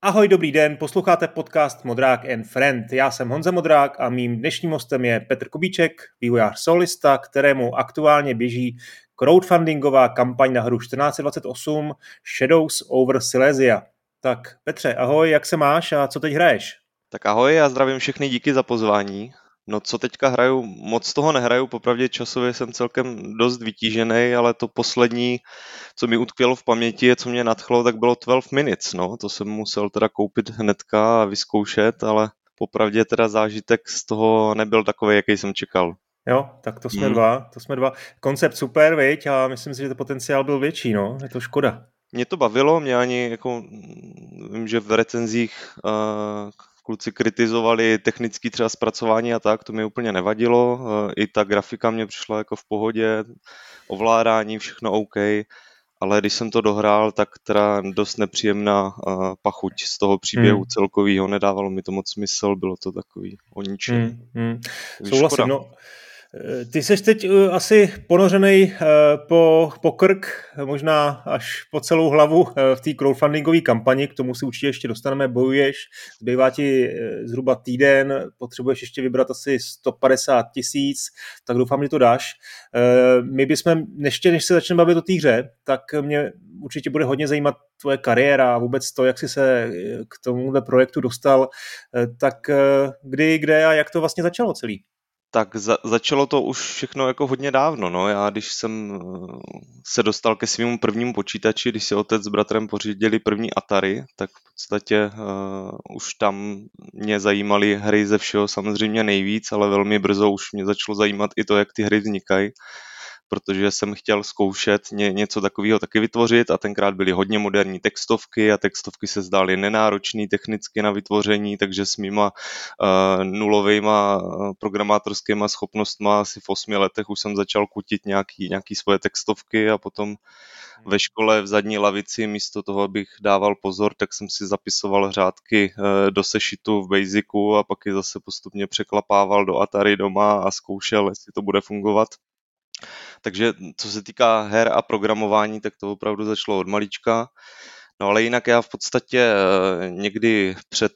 Ahoj, dobrý den, posloucháte podcast Modrák and Friend. Já jsem Honza Modrák a mým dnešním hostem je Petr Kubíček, vývojář Solista, kterému aktuálně běží crowdfundingová kampaň na hru 1428 Shadows over Silesia. Tak Petře, ahoj, jak se máš a co teď hraješ? Tak ahoj, já zdravím všechny, díky za pozvání. No co teďka hraju, moc toho nehraju, popravdě časově jsem celkem dost vytížený, ale to poslední, co mi utkvělo v paměti, co mě nadchlo, tak bylo 12 Minutes, no. To jsem musel teda koupit hnedka a vyzkoušet, ale popravdě teda zážitek z toho nebyl takový, jaký jsem čekal. Jo, tak to jsme dva. Koncept super, viď? A myslím si, že to potenciál byl větší, no. Je to škoda. Mě to bavilo, mě ani jako, vím, že v recenzích kluci kritizovali technické třeba zpracování a tak, to mi úplně nevadilo, i ta grafika mě přišla jako v pohodě, ovládání, všechno OK, ale když jsem to dohrál, tak teda dost nepříjemná pachuť z toho příběhu celkovýho, nedávalo mi to moc smysl, bylo to takový o ničem. Souhlasím, no. Ty jsi teď asi ponořenej po krk, možná až po celou hlavu v té crowdfundingové kampani, k tomu si určitě ještě dostaneme, bojuješ, zbývá ti zhruba týden, potřebuješ ještě vybrat asi 150 000, tak doufám, že to dáš. My bychom, ještě než se začneme bavit o té hře, tak mě určitě bude hodně zajímat tvoje kariéra a vůbec to, jak jsi se k tomuhle projektu dostal, tak kdy, kde a jak to vlastně začalo celý? Tak začalo to už všechno jako hodně dávno, no. Já když jsem se dostal ke svému prvnímu počítači, když si otec s bratrem pořídili první Atari, tak v podstatě už tam mě zajímaly hry ze všeho samozřejmě nejvíc, ale velmi brzo už mě začalo zajímat i to, jak ty hry vznikají, protože jsem chtěl zkoušet něco takového taky vytvořit a tenkrát byly hodně moderní textovky a textovky se zdály nenáročný technicky na vytvoření, takže s mýma nulovejma programátorskýma schopnostma asi v 8 letech už jsem začal kutit nějaký svoje textovky a potom ve škole v zadní lavici místo toho, abych dával pozor, tak jsem si zapisoval řádky do sešitu v Basicu a pak je zase postupně překlapával do Atari doma a zkoušel, jestli to bude fungovat. Takže co se týká her a programování, tak to opravdu začalo od malička. No ale jinak já v podstatě někdy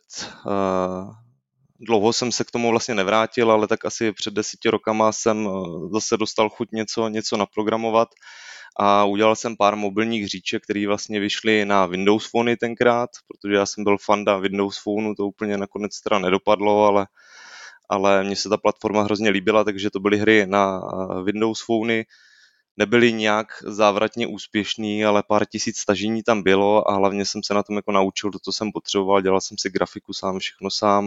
dlouho jsem se k tomu vlastně nevrátil, ale tak asi před 10 rokama jsem zase dostal chuť něco naprogramovat a udělal jsem pár mobilních hříček, které vlastně vyšly na Windows Phony tenkrát, protože já jsem byl fanda Windows Phoneu, to úplně nakonec teda nedopadlo, ale mně se ta platforma hrozně líbila, takže to byly hry na Windows Phony, nebyly nějak závratně úspěšný, ale pár tisíc stažení tam bylo a hlavně jsem se na tom jako naučil to, co jsem potřeboval, dělal jsem si grafiku sám, všechno sám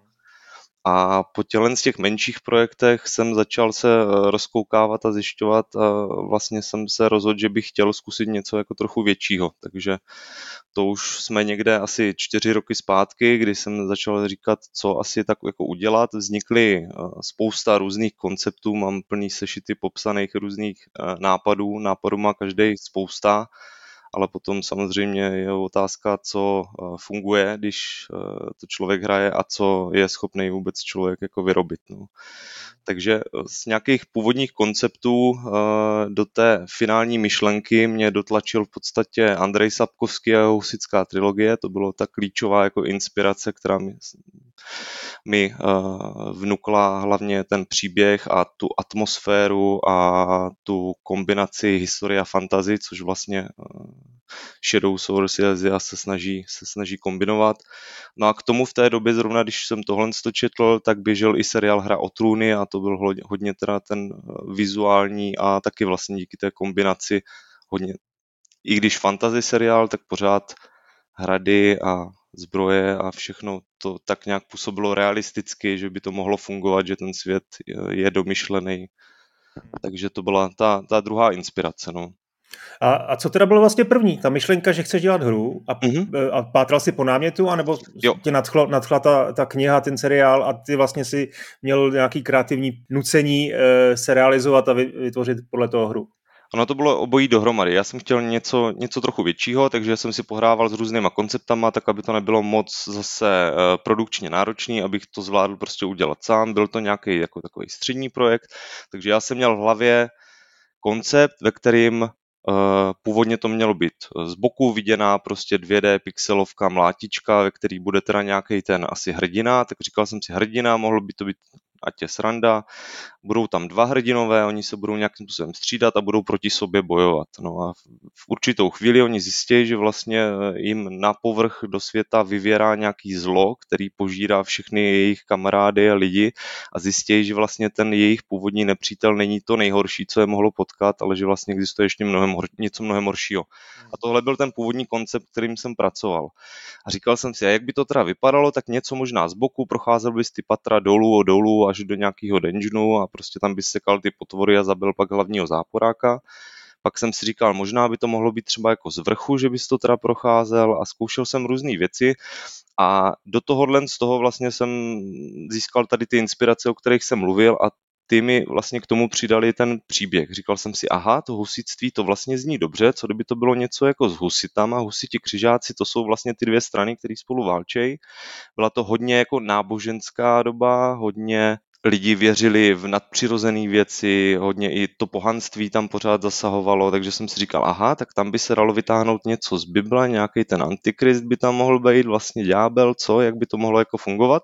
a po z těch menších projektech jsem začal se rozkoukávat a zjišťovat a vlastně jsem se rozhodl, že bych chtěl zkusit něco jako trochu většího, takže to už jsme někde asi 4 roky zpátky, kdy jsem začal říkat, co asi tak jako udělat. Vznikly spousta různých konceptů, mám plný sešity popsaných různých nápadů má každý spousta, ale potom samozřejmě je otázka, co funguje, když to člověk hraje a co je schopný vůbec člověk jako vyrobit. No. Takže z nějakých původních konceptů do té finální myšlenky mě dotlačil v podstatě Andrej Sapkovský a jeho Husitská trilogie. To bylo ta klíčová jako inspirace, která mi vnukla hlavně ten příběh a tu atmosféru a tu kombinaci historie a fantasy, což vlastně Shadows over Silesia se snaží kombinovat. No a k tomu v té době, zrovna když jsem tohle četl, tak běžel i seriál Hra o trůny a to byl hodně teda ten vizuální a taky vlastně díky té kombinaci hodně, i když fantasy seriál, tak pořád hrady a zbroje a všechno to tak nějak působilo realisticky, že by to mohlo fungovat, že ten svět je domyšlený. Takže to byla ta druhá inspirace, no. A co teda bylo vlastně první? Ta myšlenka, že chceš dělat hru a pátral si po námětu, anebo tě nadchla ta kniha, ten seriál a ty vlastně si měl nějaký kreativní nucení se realizovat a vytvořit podle toho hru? Ono to bylo obojí dohromady. Já jsem chtěl něco trochu většího, takže jsem si pohrával s různýma konceptama, tak aby to nebylo moc zase produkčně náročný, abych to zvládl prostě udělat sám. Byl to nějaký jako takový střední projekt, takže já jsem měl v hlavě koncept, ve kterým Původně to mělo být z boku viděná prostě 2D pixelovka mlátička, ve který bude teda nějaký ten asi hrdina, tak říkal jsem si hrdina, mohlo by to být ať je sranda, budou tam 2 hrdinové, oni se budou nějakým způsobem střídat a budou proti sobě bojovat. No a v určitou chvíli oni zjistí, že vlastně jim na povrch do světa vyvěrá nějaký zlo, který požírá všechny jejich kamarády a lidi a zjistí, že vlastně ten jejich původní nepřítel není to nejhorší, co je mohlo potkat, ale že vlastně existuje ještě něco mnohem horšího. A tohle byl ten původní koncept, kterým jsem pracoval. A říkal jsem si, a jak by to teda vypadalo, tak něco možná z boku, procházel bys ty patra dolů až do nějakého dungeonu a prostě tam bys sekal ty potvory a zabil pak hlavního záporáka. Pak jsem si říkal, možná by to mohlo být třeba jako z vrchu, že bys to teda procházel a zkoušel jsem různé věci a z toho vlastně jsem získal tady ty inspirace, o kterých jsem mluvil a ty mi vlastně k tomu přidali ten příběh. Říkal jsem si, aha, to husitství, to vlastně zní dobře, co kdyby to bylo něco jako s husitama, husiti křižáci, to jsou vlastně ty 2 strany, které spolu válčejí. Byla to hodně jako náboženská doba, hodně lidi věřili v nadpřirozené věci, hodně i to pohanství tam pořád zasahovalo, takže jsem si říkal, aha, tak tam by se dalo vytáhnout něco z Bible, nějaký ten antikrist by tam mohl být, vlastně ďábel, jak by to mohlo jako fungovat.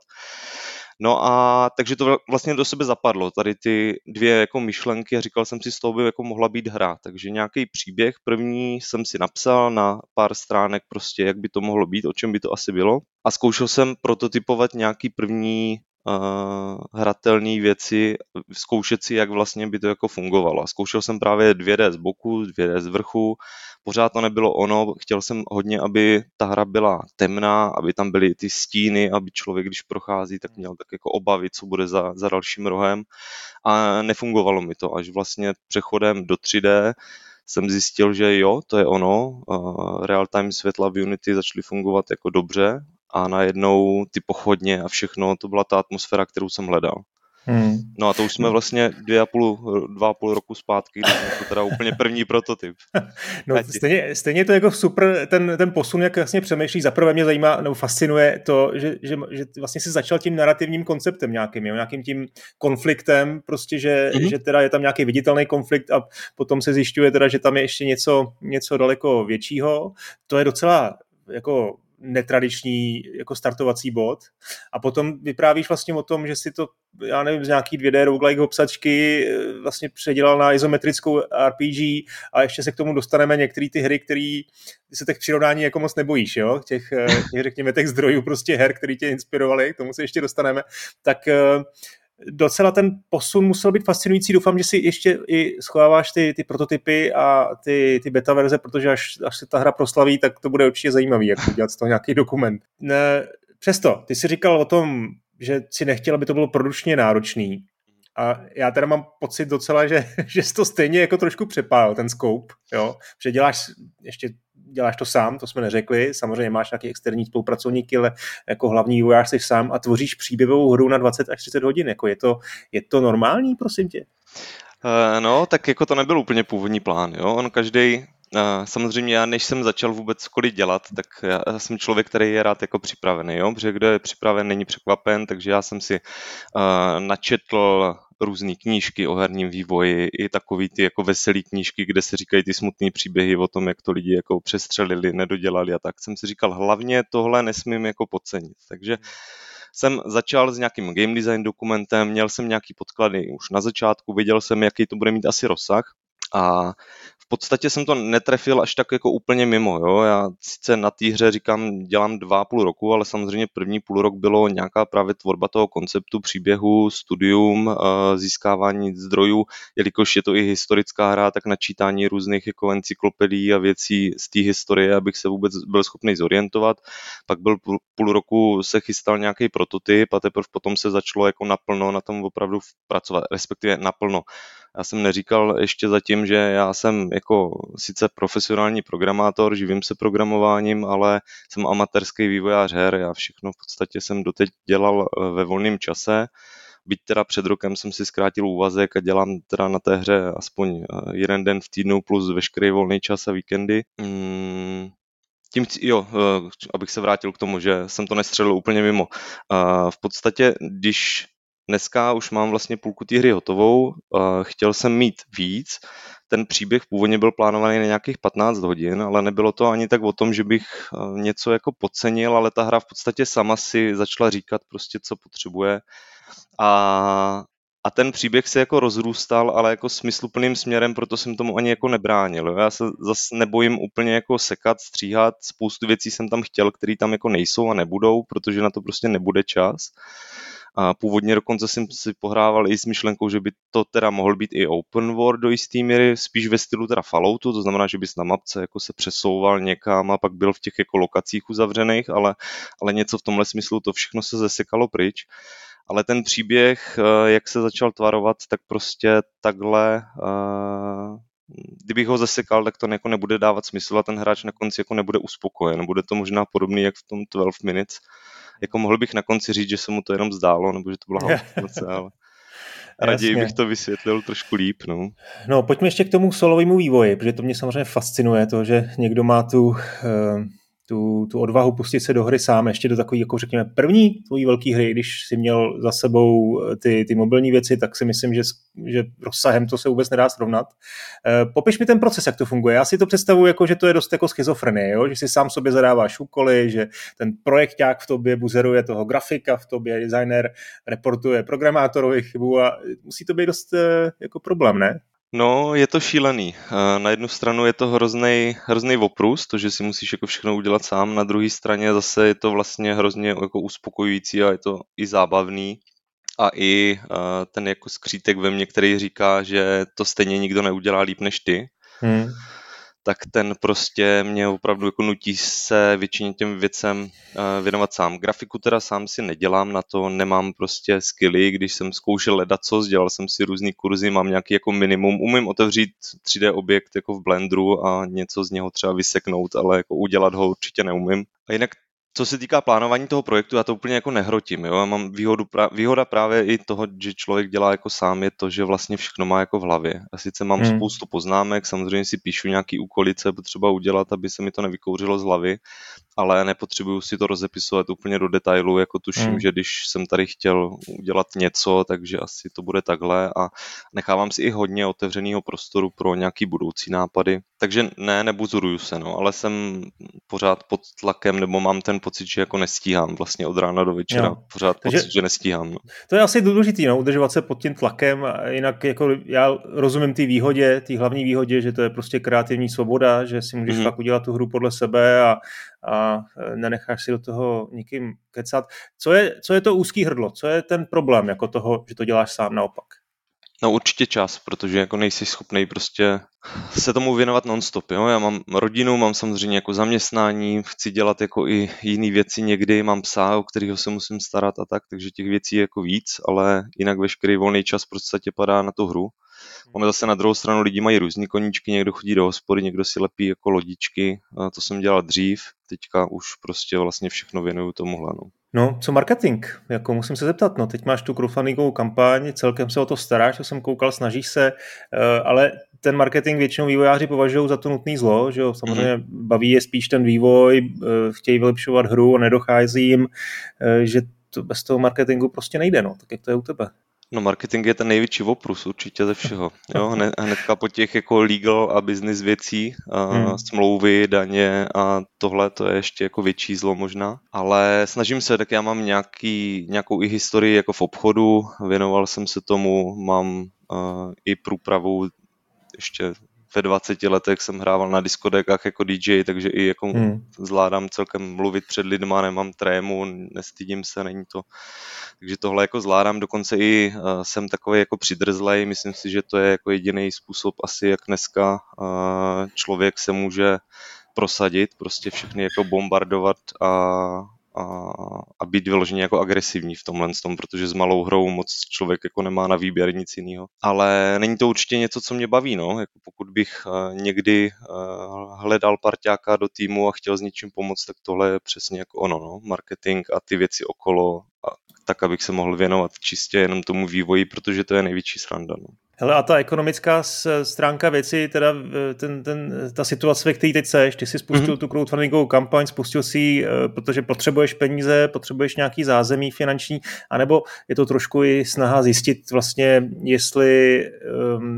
No a takže to vlastně do sebe zapadlo, tady ty 2 jako myšlenky a říkal jsem si, z toho by jako mohla být hra, takže nějaký příběh první jsem si napsal na pár stránek prostě, jak by to mohlo být, o čem by to asi bylo a zkoušel jsem prototypovat nějaký první hratelné věci, zkoušet si, jak vlastně by to jako fungovalo. Zkoušel jsem právě 2D z boku, 2D z vrchu, pořád to nebylo ono, chtěl jsem hodně, aby ta hra byla temná, aby tam byly ty stíny, aby člověk, když prochází, tak měl tak jako obavy, co bude za dalším rohem a nefungovalo mi to, až vlastně přechodem do 3D jsem zjistil, že jo, to je ono, real-time světla v Unity začaly fungovat jako dobře a najednou ty pochodně a všechno, to byla ta atmosféra, kterou jsem hledal. No a to už jsme vlastně 2,5 roku zpátky, když jsme to teda úplně první prototyp. No stejně to jako super, ten posun, jak vlastně přemýšlíš, zaprvé mě zajímá, nebo fascinuje to, že vlastně si začal tím narrativním konceptem nějakým tím konfliktem, prostě, že teda je tam nějaký viditelný konflikt a potom se zjišťuje teda, že tam je ještě něco daleko většího. To je docela jako netradiční jako startovací bod a potom vyprávíš vlastně o tom, že si to, já nevím, z nějaký 2D roguelike hopsačky vlastně předělal na izometrickou RPG a ještě se k tomu dostaneme některé ty hry, které se těch přirovnání jako moc nebojíš, jo? Těch řekněme, těch zdrojů prostě her, které tě inspirovaly, k tomu se ještě dostaneme, tak docela ten posun musel být fascinující. Doufám, že si ještě i schováváš ty prototypy a ty beta verze, protože až se ta hra proslaví, tak to bude určitě zajímavý, jak udělat z toho nějaký dokument. Přesto, ty jsi říkal o tom, že si nechtěl, aby to bylo produkčně náročný. A já teda mám pocit docela, že jsi to stejně jako trošku přepálil, ten scope, jo? Že děláš to sám, to jsme neřekli, samozřejmě máš nějaký externí spolupracovníky, ale jako hlavní vývojář jsi sám a tvoříš příběhovou hru na 20 až 30 hodin, jako je to normální, prosím tě? No, tak jako to nebyl úplně původní plán, jo, on každý. Samozřejmě já, než jsem začal vůbec cokoliv dělat, tak já jsem člověk, který je rád jako připravený, jo? Protože kdo je připraven, není překvapen, takže já jsem si načetl různé knížky o herním vývoji, i takový ty jako veselý knížky, kde se říkají ty smutné příběhy o tom, jak to lidi jako přestřelili, nedodělali a tak jsem si říkal, hlavně tohle nesmím jako podcenit, takže jsem začal s nějakým game design dokumentem, měl jsem nějaký podklady už na začátku, věděl jsem, jaký to bude mít asi rozsah a v podstatě jsem to netrefil až tak jako úplně mimo, jo. Já sice na té hře říkám, dělám 2,5 roku, ale samozřejmě první půl rok bylo nějaká právě tvorba toho konceptu, příběhu, studium, získávání zdrojů, jelikož je to i historická hra, tak načítání různých jako encyklopedií a věcí z té historie, abych se vůbec byl schopný zorientovat. Pak byl půl roku, se chystal nějaký prototyp a teprve potom se začalo jako naplno na tom opravdu pracovat, respektive naplno. Já jsem neříkal ještě zatím, že já jsem jako sice profesionální programátor, živím se programováním, ale jsem amatérský vývojář her, já všechno v podstatě jsem doteď dělal ve volném čase, byť teda před rokem jsem si zkrátil úvazek a dělám teda na té hře aspoň jeden den v týdnu plus veškerý volný čas a víkendy. Abych se vrátil k tomu, že jsem to nestřelil úplně mimo. V podstatě, když dneska už mám vlastně půlku té hry hotovou, chtěl jsem mít víc, ten příběh původně byl plánovaný na nějakých 15 hodin, ale nebylo to ani tak o tom, že bych něco jako podcenil, ale ta hra v podstatě sama si začala říkat prostě, co potřebuje a ten příběh se jako rozrůstal, ale jako smysluplným směrem, proto jsem tomu ani jako nebránil. Jo. Já se zase nebojím úplně jako sekat, stříhat, spoustu věcí jsem tam chtěl, které tam jako nejsou a nebudou, protože na to prostě nebude čas. A původně dokonce jsem si pohrával i s myšlenkou, že by to teda mohl být i open world do jistý míry, spíš ve stylu teda Falloutu, to znamená, že bys na mapce jako se přesouval někam a pak byl v těch jako lokacích uzavřených, ale něco v tomhle smyslu, to všechno se zesekalo pryč. Ale ten příběh, jak se začal tvarovat, tak prostě takhle, kdybych ho zasekal, tak to jako nebude dávat smysl a ten hráč na konci jako nebude uspokojen. Bude to možná podobný, jak v tom 12 Minutes. Jako mohl bych na konci říct, že se mu to jenom zdálo, nebo že to byla hallucinace, ale raději bych to vysvětlil trošku líp. No, pojďme ještě k tomu solovému vývoji, protože to mě samozřejmě fascinuje, to, že někdo má tu odvahu pustit se do hry sám, ještě do takový, jako řekněme, první tvojí velký hry, když si měl za sebou ty mobilní věci, tak si myslím, že rozsahem to se vůbec nedá srovnat. Popiš mi ten proces, jak to funguje. Já si to představuji, jako, že to je dost jako schizofrenie, jo? Že si sám sobě zadáváš úkoly, že ten projekťák v tobě buzeruje toho grafika, v tobě designer reportuje programátorovi chybu a musí to být dost jako problém, ne? No, je to šílený. Na jednu stranu je to hrozný oprus, to, že si musíš jako všechno udělat sám, na druhé straně zase je to vlastně hrozně jako uspokojující a je to i zábavný. A i ten jako skřítek ve mně, který říká, že to stejně nikdo neudělá líp než ty, tak ten prostě mě opravdu jako nutí se většině těm věcem věnovat sám. Grafiku teda sám si nedělám, na to nemám prostě skilly, když jsem zkoušel ledacos, dělal jsem si různý kurzy, mám nějaký jako minimum, umím otevřít 3D objekt jako v Blenderu a něco z něho třeba vyseknout, ale jako udělat ho určitě neumím. A jinak co se týká plánování toho projektu, já to úplně jako nehrotím. Jo? Já mám výhoda právě i toho, že člověk dělá jako sám, je to, že vlastně všechno má jako v hlavě. A sice mám spoustu poznámek, samozřejmě si píšu nějaký úkoly, co je potřeba udělat, aby se mi to nevykouřilo z hlavy, ale nepotřebuju si to rozepisovat úplně do detailu, jako tuším, že když jsem tady chtěl udělat něco, takže asi to bude takhle a nechávám si i hodně otevřeného prostoru pro nějaký budoucí nápady. Takže nebuzuruju se, ale jsem pořád pod tlakem, nebo mám ten pocit, že jako nestíhám vlastně od rána do večera. Jo. Pořád pocit, že nestíhám. To je asi důležitý, udržovat se pod tím tlakem, jinak jako já rozumím té výhodě, té hlavní výhodě, že to je prostě kreativní svoboda, že si můžeš fakt udělat tu hru podle sebe a nenecháš si do toho nikým kecat. Co je to úzký hrdlo? Co je ten problém jako toho, že to děláš sám naopak? No určitě čas, protože jako nejsi schopnej prostě se tomu věnovat non-stop, jo? Já mám rodinu, mám samozřejmě jako zaměstnání, chci dělat jako i jiné věci někdy, mám psa, o kterého se musím starat a tak, takže těch věcí je jako víc, ale jinak veškerý volný čas v podstatě padá na tu hru. Máme zase na druhou stranu, lidi mají různý koníčky, někdo chodí do hospody, někdo si lepí jako lodičky, to jsem dělal dřív, teďka už prostě vlastně všechno věnuju tomuhle. No, co marketing? Jako musím se zeptat, teď máš tu crowdfundingovou kampaň, celkem se o to staráš, to jsem koukal, snažíš se, ale ten marketing většinou vývojáři považují za to nutný zlo, že jo, samozřejmě baví je spíš ten vývoj, chtějí vylepšovat hru a nedochází jim, že to bez toho marketingu prostě nejde, tak jak to je u tebe? No marketing je ten největší oprus určitě ze všeho. Jo? Hnedka po těch jako legal a business věcí, smlouvy, daně a tohle to je ještě jako větší zlo možná. Ale snažím se, tak já mám nějakou i historii jako v obchodu, věnoval jsem se tomu, mám i průpravu ještě ve 20 letech jsem hrával na diskotékách jako DJ, takže i jako zvládám celkem mluvit před lidma, nemám trému, nestydím se, není to. Takže tohle jako zvládám, dokonce i jsem takový jako přidrzlej, myslím si, že to je jako jediný způsob asi, jak dneska člověk se může prosadit, prostě všechny jako bombardovat a být vyloženě jako agresivní v tomhle tom, protože s malou hrou moc člověk jako nemá na výběr nic jiného. Ale není to určitě něco, co mě baví, jako pokud bych někdy hledal parťáka do týmu a chtěl s něčím pomoct, tak tohle je přesně jako ono, marketing a ty věci okolo, tak abych se mohl věnovat čistě jenom tomu vývoji, protože to je největší sranda. Hele, a ta ekonomická stránka věci, teda ta situace, ve které teď seš, ty jsi spustil tu crowdfundingovou kampaň, spustil si ji, protože potřebuješ peníze, potřebuješ nějaký zázemí finanční, anebo je to trošku i snaha zjistit vlastně, jestli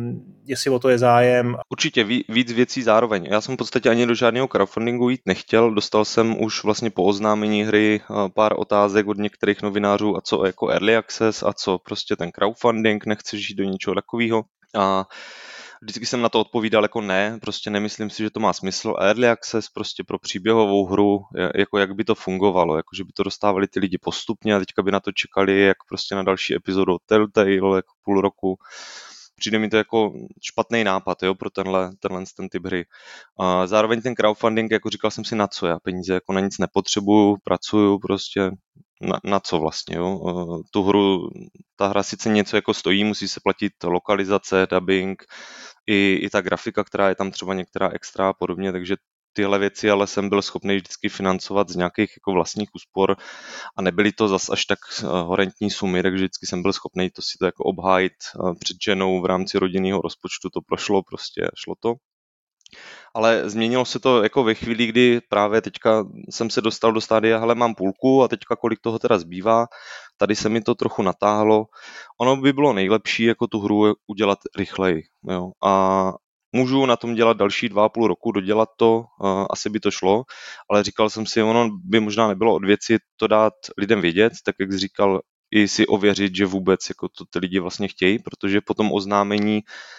jestli o to je zájem. Určitě víc věcí zároveň. Já jsem v podstatě ani do žádného crowdfundingu jít nechtěl, dostal jsem už vlastně po oznámení hry pár otázek od některých novinářů, a co jako early access a co prostě ten crowdfunding, nechceš jít do něčeho takového. A vždycky jsem na to odpovídal jako ne, prostě nemyslím si, že to má smysl. Early access prostě pro příběhovou hru, jako jak by to fungovalo, jako že by to dostávali ty lidi postupně a teďka by na to čekali jak prostě na další epizodu Telltale, jako půl roku. Přijde mi to jako špatný nápad, jo, pro ten typ hry. A zároveň ten crowdfunding, jako říkal jsem si, na co já peníze jako na nic nepotřebuju, pracuju prostě na co vlastně, jo. Tu hru, ta hra sice něco jako stojí, musí se platit lokalizace, dubbing, i ta grafika, která je tam třeba některá extra a podobně, takže tyhle věci ale jsem byl schopný vždycky financovat z nějakých jako vlastních úspor a nebyly to zas až tak horentní sumy, takže vždycky jsem byl schopný to si to jako obhájit před ženou v rámci rodinného rozpočtu, to prošlo, prostě šlo to. Ale změnilo se to jako ve chvíli, kdy právě teďka jsem se dostal do stádia, hele, mám půlku a teďka kolik toho teda zbývá, tady se mi to trochu natáhlo. Ono by bylo nejlepší jako tu hru udělat rychleji, jo, a můžu na tom dělat další 2,5 roku, dodělat to, asi by to šlo, ale říkal jsem si, ono by možná nebylo od věci to dát lidem vědět, tak jak jsi říkal, i si ověřit, že vůbec jako to ty lidi vlastně chtějí, protože po tom oznámení,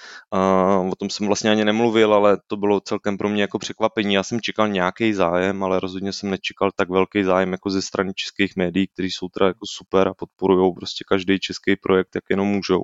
o tom jsem vlastně ani nemluvil, ale to bylo celkem pro mě jako překvapení. Já jsem čekal nějaký zájem, ale rozhodně jsem nečekal tak velký zájem jako ze strany českých médií, kteří jsou teda jako super a podporujou prostě každý český projekt, jak jenom můžou.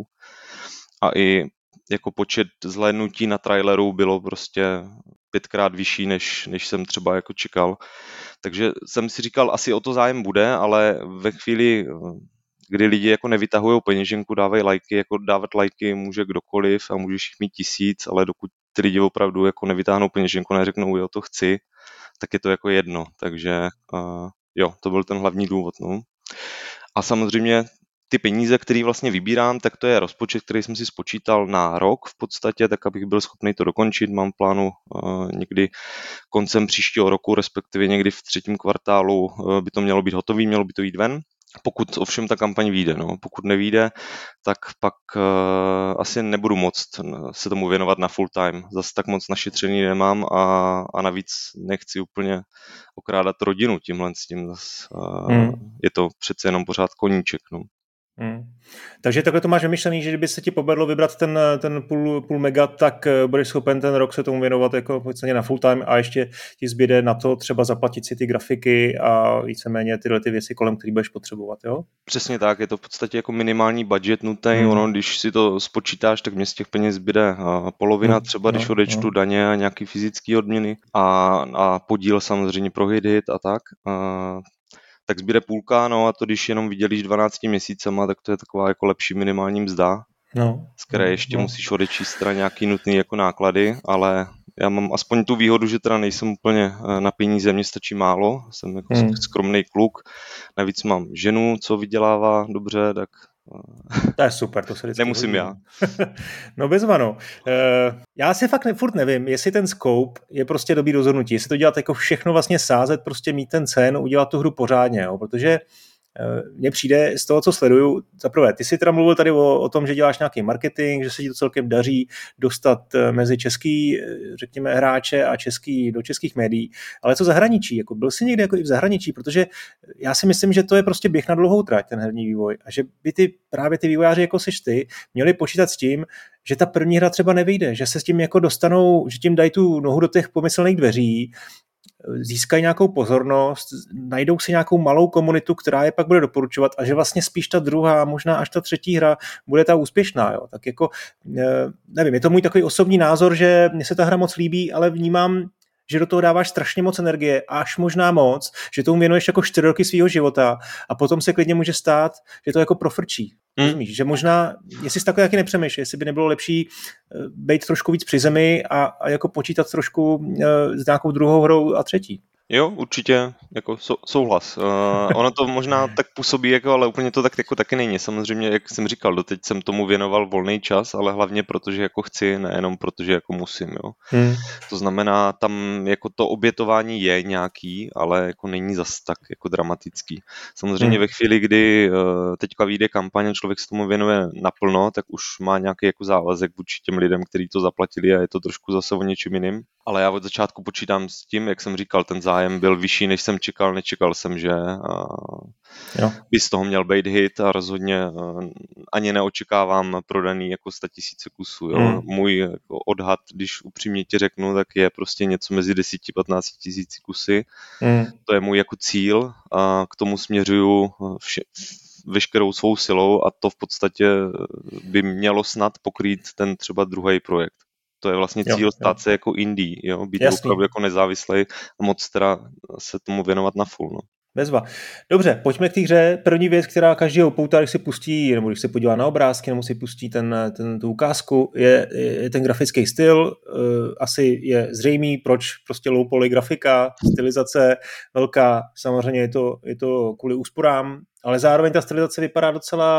A i jako počet zhlédnutí na traileru bylo prostě 5krát vyšší, než jsem třeba jako čekal. Takže jsem si říkal, asi o to zájem bude, ale ve chvíli, kdy lidi jako nevytahují peněženku, dávají lajky, jako dávat lajky může kdokoliv a můžeš jich mít 1000, ale dokud ty lidi opravdu jako nevytáhnou peněženku, neřeknou, jo, to chci, tak je to jako jedno. Takže jo, to byl ten hlavní důvod. No. A samozřejmě ty peníze, které vlastně vybírám, tak to je rozpočet, který jsem si spočítal na rok v podstatě, tak abych byl schopný to dokončit. Mám v plánu někdy koncem příštího roku, respektive někdy v 3. kvartálu by to mělo být hotový, mělo by to jít ven. Pokud ovšem ta kampaň vyjde, no. Pokud nevyjde, tak pak asi nebudu moct se tomu věnovat na full time. Zase tak moc našetřený nemám a navíc nechci úplně okrádat rodinu tímhle s tím. Je to přece jenom pořád koníček, no. Takže takhle to máš vymyšlený, že kdyby se ti povedlo vybrat ten půl mega, tak budeš schopen ten rok se tomu věnovat jako na full time a ještě ti zbyde na to třeba zaplatit si ty grafiky a víceméně tyhle ty věci kolem, který budeš potřebovat, jo? Přesně tak, je to v podstatě jako minimální budget nutný, ono, když si to spočítáš, tak mě z těch peněz zbyde polovina, třeba když odečtu daně a nějaký fyzický odměny a podíl samozřejmě pro hit a tak. Tak zbyde půlka, no a to když jenom vydělíš 12 měsícema, tak to je taková jako lepší minimální mzda, z které ještě musíš odečíst teda nějaký nutný jako náklady, ale já mám aspoň tu výhodu, že teda nejsem úplně na peníze, mě stačí málo, jsem jako skromný kluk, navíc mám ženu, co vydělává dobře, tak to je super, to se vždycky nemusím já. No bezvano. Já si fakt furt nevím, jestli ten scope je prostě dobrý rozhodnutí, jestli to dělat jako všechno vlastně sázet, prostě mít ten cen, udělat tu hru pořádně, jo? Protože mně přijde z toho, co sleduju, zaprvé, ty jsi teda mluvil tady o tom, že děláš nějaký marketing, že se ti to celkem daří dostat mezi český, řekněme, hráče a do českých médií, ale co zahraničí? Jako byl jsi někde jako i v zahraničí? Protože já si myslím, že to je prostě běh na dlouhou trať, ten herní vývoj, a že by právě ty vývojáři, jako seš ty, měli počítat s tím, že ta první hra třeba nevyjde, že se s tím jako dostanou, že tím dají tu nohu do těch pomyslných dveří, získají nějakou pozornost, najdou si nějakou malou komunitu, která je pak bude doporučovat a že vlastně spíš ta druhá, možná až ta třetí hra bude ta úspěšná. Jo. Tak jako, nevím, je to můj takový osobní názor, že mně se ta hra moc líbí, ale vnímám, že do toho dáváš strašně moc energie, až možná moc, že tomu věnuješ jako 4 roky svýho života a potom se klidně může stát, že to jako profrčí. Rozumíš? Že možná, jestli jsi takhle taky nepřemýšlíš, jestli by nebylo lepší být trošku víc při zemi a jako počítat trošku s nějakou druhou hrou a třetí. Jo, určitě, jako souhlas. Ono to možná tak působí, jako, ale úplně to tak jako taky není. Samozřejmě, jak jsem říkal, doteď jsem tomu věnoval volný čas, ale hlavně protože jako chci, nejenom protože jako musím, jo. To znamená, tam jako to obětování je nějaký, ale jako není zas tak jako dramatický. Samozřejmě ve chvíli, kdy teďka vyjde kampaň a člověk se tomu věnuje naplno, tak už má nějaký jako závazek vůči těm lidem, kteří to zaplatili a je to trošku zase o něčem jiným. Ale já od začátku počítám s tím, jak jsem říkal, ten zájem byl vyšší, než jsem čekal. Nečekal jsem, že by z toho měl být hit a rozhodně ani neočekávám prodaný jako 100 000 kusů. Jo. Můj jako odhad, když upřímně ti řeknu, tak je prostě něco mezi 10-15 tisíci kusy. To je můj jako cíl a k tomu směřuju veškerou svou silou a to v podstatě by mělo snad pokrýt ten třeba druhý projekt. To je vlastně cíl stát se jako indie, jo? Být opravdu jako nezávislý a moc teda se tomu věnovat na full. No. Bezva. Dobře, pojďme k té hře. První věc, která každého upoutá, když si pustí, nebo když se podívá na obrázky, nebo si pustí tu ukázku, je ten grafický styl. Asi je zřejmý, proč prostě low poly grafika, stylizace velká, samozřejmě je to kvůli úsporám, ale zároveň ta stylizace vypadá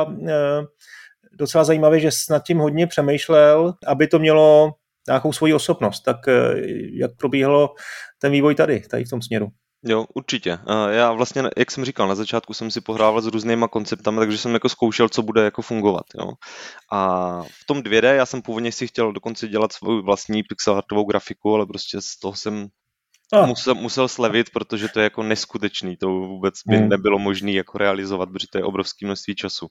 docela zajímavě, že snad tím hodně přemýšlel, aby to mělo nějakou svoji osobnost. Tak jak probíhalo ten vývoj tady v tom směru? Jo, určitě. Já vlastně, jak jsem říkal, na začátku jsem si pohrával s různýma konceptami, takže jsem jako zkoušel, co bude jako fungovat. Jo. A v tom 2D já jsem původně si chtěl dokonce dělat svou vlastní pixelartovou grafiku, ale prostě z toho jsem musel slevit, protože to je jako neskutečný. To vůbec by nebylo možné jako realizovat, protože to je obrovské množství času.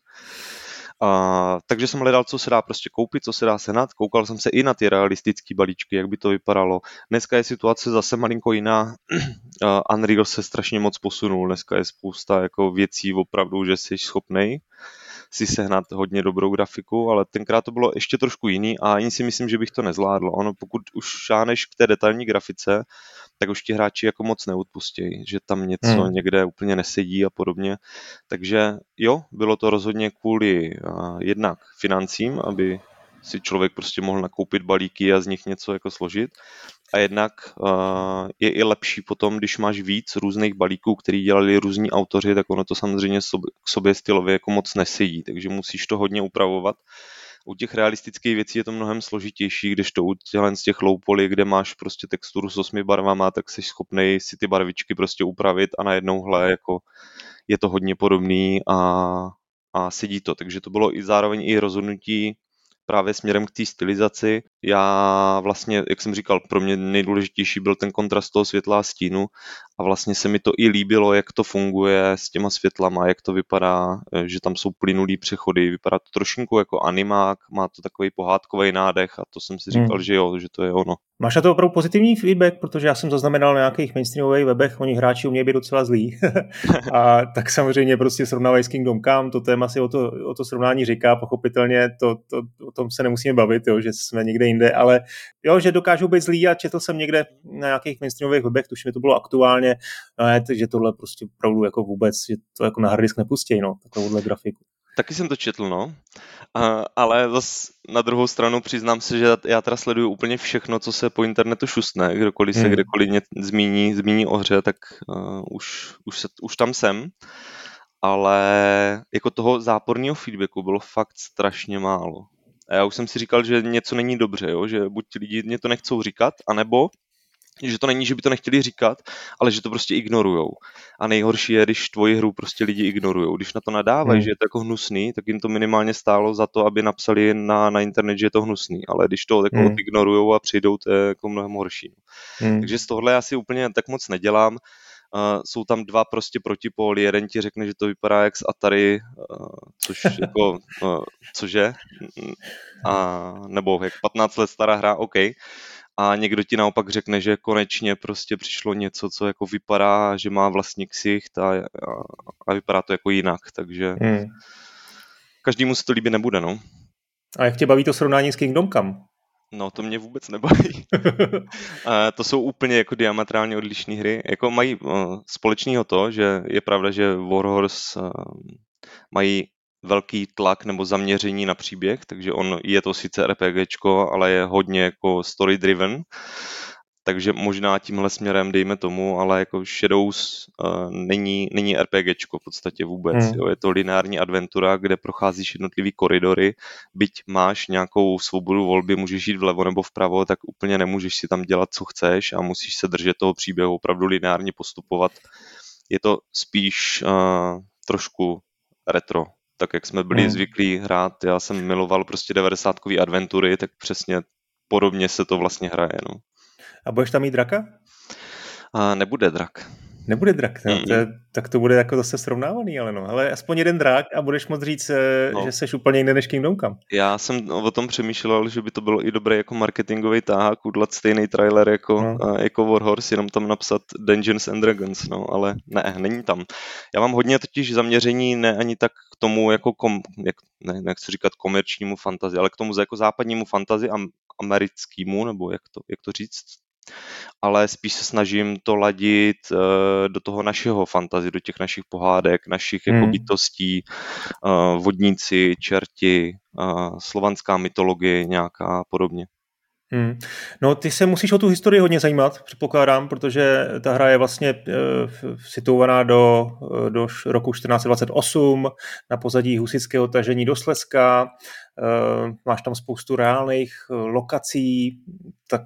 Takže jsem hledal, co se dá prostě koupit, co se dá sehnat. Koukal jsem se i na ty realistické balíčky, jak by to vypadalo. Dneska je situace zase malinko jiná. Unreal se strašně moc posunul. Dneska je spousta jako věcí opravdu, že jsi schopnej si sehnat hodně dobrou grafiku, ale tenkrát to bylo ještě trošku jiný a ani si myslím, že bych to nezvládl. Ono, pokud už šáneš k té detailní grafice, tak už ti hráči jako moc neodpustějí, že tam něco někde úplně nesedí a podobně. Takže jo, bylo to rozhodně kvůli jednak financím, aby si člověk prostě mohl nakoupit balíky a z nich něco jako složit. A jednak je i lepší potom, když máš víc různých balíků, který dělali různí autoři, tak ono to samozřejmě k sobě stylově jako moc nesedí, takže musíš to hodně upravovat. U těch realistických věcí je to mnohem složitější, když to u z těch low poly, kde máš prostě texturu s 8 barvama, tak jsi schopnej si ty barvičky prostě upravit a najednou jako je to hodně podobný a sedí to. Takže to bylo i zároveň i rozhodnutí právě směrem k té stylizaci. Já vlastně, jak jsem říkal, pro mě nejdůležitější byl ten kontrast toho světla a stínu a vlastně se mi to i líbilo, jak to funguje s těma světlama, jak to vypadá, že tam jsou plynulý přechody, vypadá to trošinku jako animák, má to takový pohádkový nádech a to jsem si říkal, že jo, že to je ono. Máš na to opravdu pozitivní feedback, protože já jsem zaznamenal na nějakých mainstreamových webech, oni hráči umějí být docela zlí. A tak samozřejmě prostě srovnávají s Kingdom Come, to téma si o to srovnání říká, pochopitelně o tom se nemusíme bavit, jo, že jsme někde jinde, ale jo, že dokážou být zlí a četl jsem někde na nějakých mainstreamových webech, tuším, to bylo aktuálně, že tohle prostě opravdu jako vůbec, že to jako na harddisk nepustějí, no, takovouhle grafiku. Taky jsem to četl, no. Ale zase na druhou stranu přiznám se, že já teda sleduju úplně všechno, co se po internetu šustne. Kdokoliv se kdekoliv zmíní o hře, tak už tam jsem. Ale jako toho záporného feedbacku bylo fakt strašně málo. A já už jsem si říkal, že něco není dobře, jo? Že buď ti lidi mě to nechcou říkat, anebo že to není, že by to nechtěli říkat, ale že to prostě ignorujou. A nejhorší je, když tvoji hru prostě lidi ignorujou. Když na to nadávají, že je to jako hnusný, tak jim to minimálně stálo za to, aby napsali na internet, že je to hnusný. Ale když to jako ignorujou a přijdou, to je jako mnohem horší. Takže z tohle já si úplně tak moc nedělám. Jsou tam dva prostě protipóly, jeden ti řekne, že to vypadá jak z Atari, což jako, cože? Nebo jak 15 let stará hra, OK. A někdo ti naopak řekne, že konečně prostě přišlo něco, co jako vypadá, že má vlastní ksicht a vypadá to jako jinak, takže každému se to líbit nebude, no. A jak tě baví to srovnání s Kingdom Come? No, to mě vůbec nebaví. To jsou úplně jako diametrálně odlišné hry. Jako mají společného to, že je pravda, že Warhorse mají velký tlak nebo zaměření na příběh, takže je to sice RPGčko, ale je hodně jako story driven. takže možná tímhle směrem dejme tomu, ale jako Shadows není RPGčko v podstatě vůbec. Jo? Je to lineární adventura, kde procházíš jednotlivý koridory, byť máš nějakou svobodu volby, můžeš jít vlevo nebo vpravo, tak úplně nemůžeš si tam dělat, co chceš a musíš se držet toho příběhu, opravdu lineárně postupovat. Je to spíš trošku retro, tak jak jsme byli zvyklí hrát. Já jsem miloval prostě 90kový adventury, tak přesně podobně se to vlastně hraje. No. A budeš tam mít draka? Nebude drak. Nebude drak, no. Tak to bude jako zase srovnávaný, ale no. Ale aspoň jeden drak a budeš moct říct, že seš úplně jiný než Kingdom Come. Já jsem o tom přemýšlel, že by to bylo i dobré jako marketingový táhák, udělat stejný trailer jako Warhorse, jenom tam napsat Dungeons and Dragons, no, ale ne, není tam. Já mám hodně totiž zaměření ne ani tak k tomu jako nechci říkat komerčnímu fantasy, ale k tomu jako západnímu fantasy americkému, nebo jak to říct, ale spíš se snažím to ladit do toho našeho fantasy, do těch našich pohádek, našich jako bytostí, vodníci, čerti, slovanská mytologie nějaká a podobně. No, ty se musíš o tu historii hodně zajímat, předpokládám, protože ta hra je vlastně situovaná do roku 1428 na pozadí husitského tažení do Slezska. Máš tam spoustu reálných lokací, tak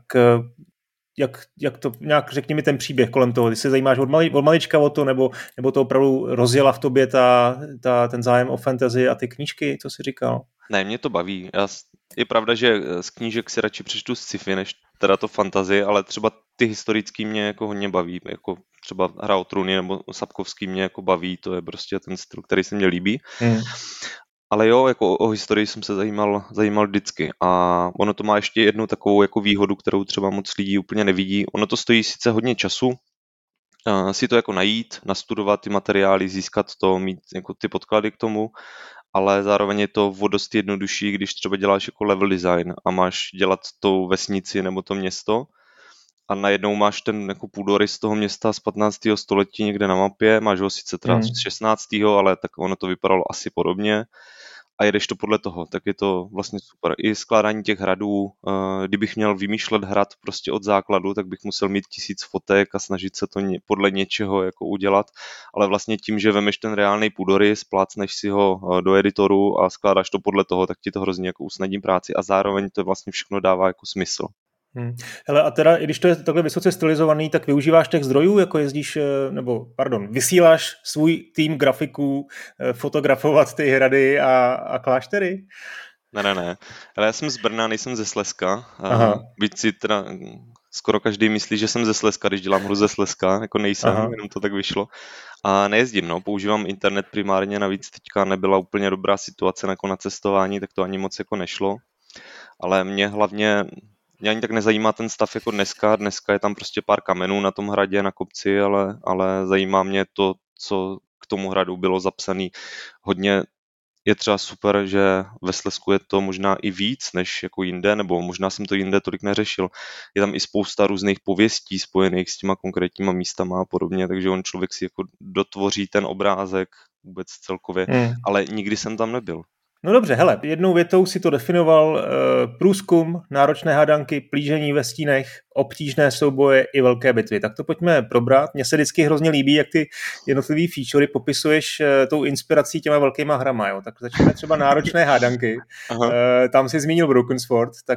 jak to, nějak řekni mi ten příběh kolem toho. Ty se zajímáš od malička o to, nebo to opravdu rozjela v tobě ten zájem o fantasy a ty knížky, co jsi říkal? Ne, mě to baví. Je pravda, že z knížek si radši přečtu sci-fi, než teda to fantasy, ale třeba ty historický mě jako hodně baví, jako třeba Hra o trůny nebo Sapkovský mě jako baví, to je prostě ten styl, který se mně líbí. Ale jo, jako o historii jsem se zajímal vždycky a ono to má ještě jednu takovou jako výhodu, kterou třeba moc lidí úplně nevidí. Ono to stojí sice hodně času, si to jako najít, nastudovat ty materiály, získat to, mít jako ty podklady k tomu, ale zároveň je to o dost jednodušší, když třeba děláš jako level design a máš dělat tou vesnici nebo to město a najednou máš ten jako půdorys z toho města z 15. století někde na mapě, máš ho sice teda z 16. ale tak ono to vypadalo asi podobně a jedeš to podle toho, tak je to vlastně super. I skládání těch hradů, kdybych měl vymýšlet hrad prostě od základu, tak bych musel mít 1000 fotek a snažit se to podle něčeho jako udělat, ale vlastně tím, že vemeš ten reálný půdorys, plácneš si ho do editoru a skládáš to podle toho, tak ti to hrozně jako usnadní práci a zároveň to vlastně všechno dává jako smysl. Hele, a teda, i když to je takhle vysoce stylizovaný, tak využíváš těch zdrojů, jako vysíláš svůj tým grafiků fotografovat ty hrady a kláštery? Ne. Ale já jsem z Brna, nejsem ze Slezska. Byť si teda skoro každý myslí, že jsem ze Slezska, když dělám hru ze Slezska, jako nejsem, jenom to tak vyšlo. A nejezdím, používám internet primárně, navíc teďka nebyla úplně dobrá situace jako na cestování, tak to ani moc jako nešlo. Ale mě ani tak nezajímá ten stav jako dneska. Dneska je tam prostě pár kamenů na tom hradě, na kopci, ale zajímá mě to, co k tomu hradu bylo zapsané. Hodně je třeba super, že ve Slezsku je to možná i víc než jako jinde, nebo možná jsem to jinde tolik neřešil. Je tam i spousta různých pověstí spojených s těma konkrétníma místama a podobně, takže on člověk si jako dotvoří ten obrázek vůbec celkově, ale nikdy jsem tam nebyl. No dobře, hele, jednou větou si to definoval, průzkum, náročné hádanky, plížení ve stínech, obtížné souboje i velké bitvy. Tak to pojďme probrat. Mně se vždycky hrozně líbí, jak ty jednotlivý featurey popisuješ tou inspirací těma velkýma hrama. Jo? Tak začneme třeba náročné hádanky. Tam si zmínil Broken Sword, tak